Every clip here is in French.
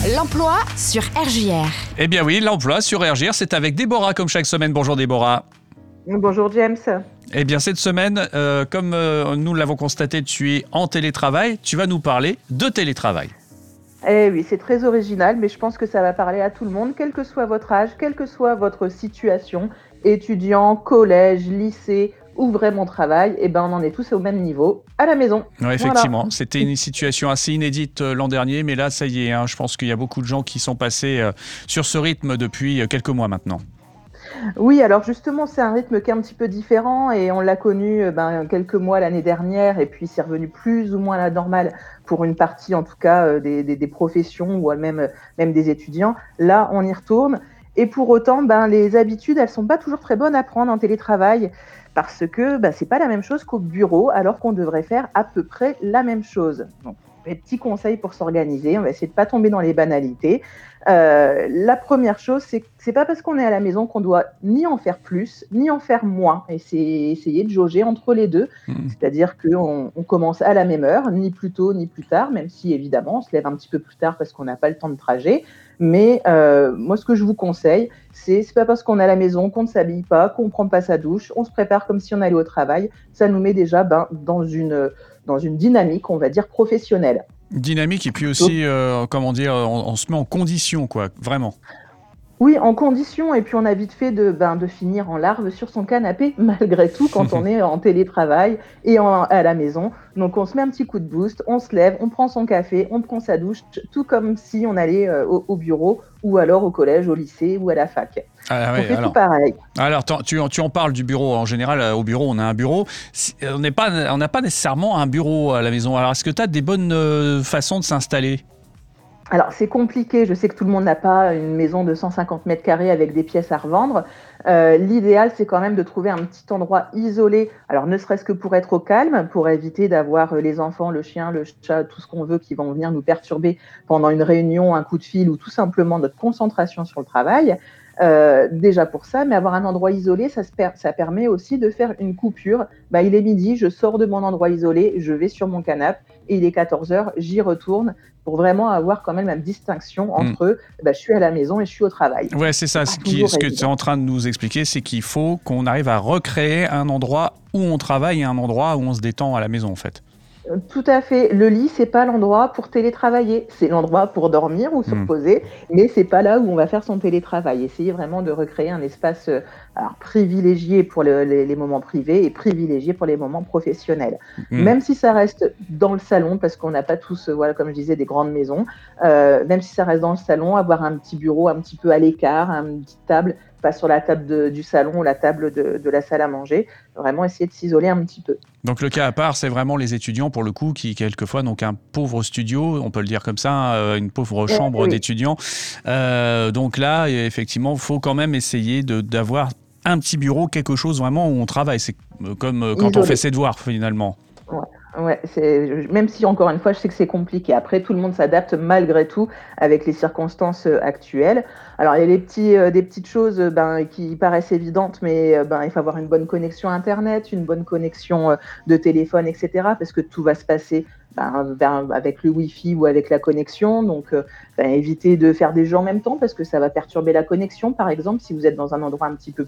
L'emploi sur RJR. Eh bien oui, l'emploi sur RJR, c'est avec Déborah comme chaque semaine. Bonjour Déborah. Bonjour James. Eh bien cette semaine, comme nous l'avons constaté, tu es en télétravail. Tu vas nous parler de télétravail. Eh oui, c'est très original, mais je pense que ça va parler à tout le monde, quel que soit votre âge, quelle que soit votre situation, étudiant, collège, lycée ou vraiment travail, eh ben on en est tous au même niveau, à la maison. Oui, effectivement, Voilà. c'était une situation assez inédite l'an dernier, mais là, ça y est, je pense qu'il y a beaucoup de gens qui sont passés sur ce rythme depuis quelques mois maintenant. Oui, alors justement, c'est un rythme qui est un petit peu différent et on l'a connu quelques mois l'année dernière et puis c'est revenu plus ou moins à la normale pour une partie en tout cas des professions ou même des étudiants. Là, on y retourne et pour autant, les habitudes, elles sont pas toujours très bonnes à prendre en télétravail parce que c'est pas la même chose qu'au bureau alors qu'on devrait faire à peu près la même chose. Donc, les petits conseils pour s'organiser, on va essayer de pas tomber dans les banalités. La première chose, c'est que c'est pas parce qu'on est à la maison qu'on doit ni en faire plus, ni en faire moins. Et c'est essayer de jauger entre les deux. C'est-à-dire qu'on commence à la même heure, ni plus tôt, ni plus tard, même si évidemment on se lève un petit peu plus tard parce qu'on n'a pas le temps de trajet. Mais moi, ce que je vous conseille, c'est pas parce qu'on est à la maison qu'on ne s'habille pas, qu'on ne prend pas sa douche, on se prépare comme si on allait au travail. Ça nous met déjà dans une dynamique, on va dire, professionnelle. Dynamique et puis aussi, on se met en condition, quoi, vraiment. Oui, en condition, et puis on a vite fait de finir en larve sur son canapé, malgré tout, quand on est en télétravail et à la maison. Donc on se met un petit coup de boost, on se lève, on prend son café, on prend sa douche, tout comme si on allait au bureau ou alors au collège, au lycée ou à la fac. Ah, ouais, On fait tout pareil. Alors, tu en parles du bureau. En général, au bureau, on a un bureau. On n'a pas nécessairement un bureau à la maison. Alors, est-ce que tu as des bonnes façons de s'installer ? Alors, c'est compliqué. Je sais que tout le monde n'a pas une maison de 150 mètres carrés avec des pièces à revendre. L'idéal, c'est quand même de trouver un petit endroit isolé. Alors, ne serait-ce que pour être au calme, pour éviter d'avoir les enfants, le chien, le chat, tout ce qu'on veut qui vont venir nous perturber pendant une réunion, un coup de fil ou tout simplement notre concentration sur le travail. Déjà pour ça, mais avoir un endroit isolé, ça permet aussi de faire une coupure. Il est midi, je sors de mon endroit isolé, je vais sur mon canapé et il est 14h, j'y retourne pour vraiment avoir quand même une distinction entre je suis à la maison et je suis au travail. Ouais, c'est ça. Ce que tu es en train de nous expliquer, c'est qu'il faut qu'on arrive à recréer un endroit où on travaille et un endroit où on se détend à la maison, en fait. Tout à fait. Le lit, c'est pas l'endroit pour télétravailler. C'est l'endroit pour dormir ou se reposer, mais c'est pas là où on va faire son télétravail. Essayez vraiment de recréer un espace privilégié pour les moments privés et privilégié pour les moments professionnels. Même si ça reste dans le salon, parce qu'on n'a pas tous, comme je disais, des grandes maisons, même si ça reste dans le salon, avoir un petit bureau un petit peu à l'écart, une petite table, pas sur la table du salon ou la table de la salle à manger. Vraiment essayer de s'isoler un petit peu. Donc le cas à part, c'est vraiment les étudiants pour le coup qui quelquefois n'ont qu'un pauvre studio, on peut le dire comme ça, une pauvre chambre d'étudiants. Donc là, effectivement, il faut quand même essayer d'avoir un petit bureau, quelque chose vraiment où on travaille. C'est comme quand on fait ses devoirs finalement. Ouais, même si encore une fois, je sais que c'est compliqué. Après, tout le monde s'adapte malgré tout avec les circonstances actuelles. Alors, il y a des petites choses qui paraissent évidentes, mais il faut avoir une bonne connexion Internet, une bonne connexion de téléphone, etc. Parce que tout va se passer avec le Wi-Fi ou avec la connexion. Donc, éviter de faire des jeux en même temps parce que ça va perturber la connexion, par exemple, si vous êtes dans un endroit un petit peu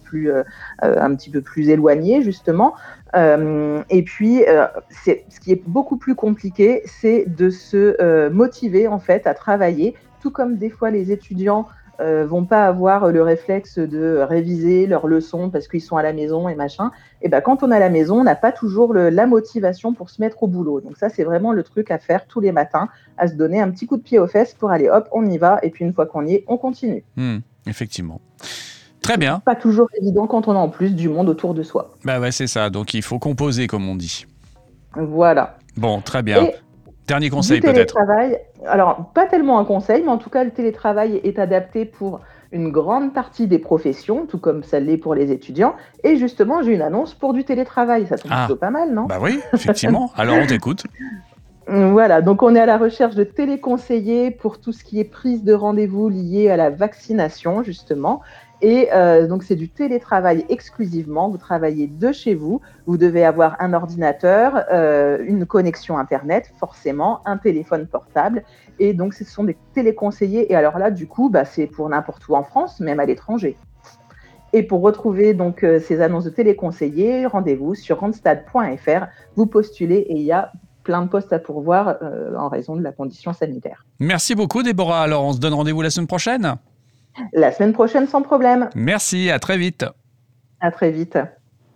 plus éloigné, justement. Et puis, ce qui est beaucoup plus compliqué, c'est de se motiver en fait à travailler, tout comme des fois les étudiants vont pas avoir le réflexe de réviser leurs leçons parce qu'ils sont à la maison et machin. Et quand on est à la maison, on n'a pas toujours la motivation pour se mettre au boulot. Donc ça, c'est vraiment le truc à faire tous les matins, à se donner un petit coup de pied aux fesses pour aller hop, on y va. Et puis une fois qu'on y est, on continue. Effectivement. Très bien. Pas toujours évident quand on a en plus du monde autour de soi. Ouais, c'est ça. Donc il faut composer, comme on dit. Voilà. Bon, très bien. Et dernier conseil du peut-être. Alors, pas tellement un conseil, mais en tout cas, le télétravail est adapté pour une grande partie des professions, tout comme ça l'est pour les étudiants. Et justement, j'ai une annonce pour du télétravail. Ça tombe plutôt pas mal, non ? Oui, effectivement. Alors, on t'écoute. Voilà, donc on est à la recherche de téléconseillers pour tout ce qui est prise de rendez-vous liée à la vaccination, justement. Et donc, c'est du télétravail exclusivement. Vous travaillez de chez vous. Vous devez avoir un ordinateur, une connexion Internet, forcément, un téléphone portable Et donc, ce sont des téléconseillers. Et alors là, du coup, c'est pour n'importe où en France, même à l'étranger. Et pour retrouver donc ces annonces de téléconseillers, rendez-vous sur randstad.fr. Vous postulez et il y a plein de postes à pourvoir en raison de la condition sanitaire. Merci beaucoup, Déborah. Alors, on se donne rendez-vous la semaine prochaine ? La semaine prochaine, sans problème. Merci, à très vite. À très vite.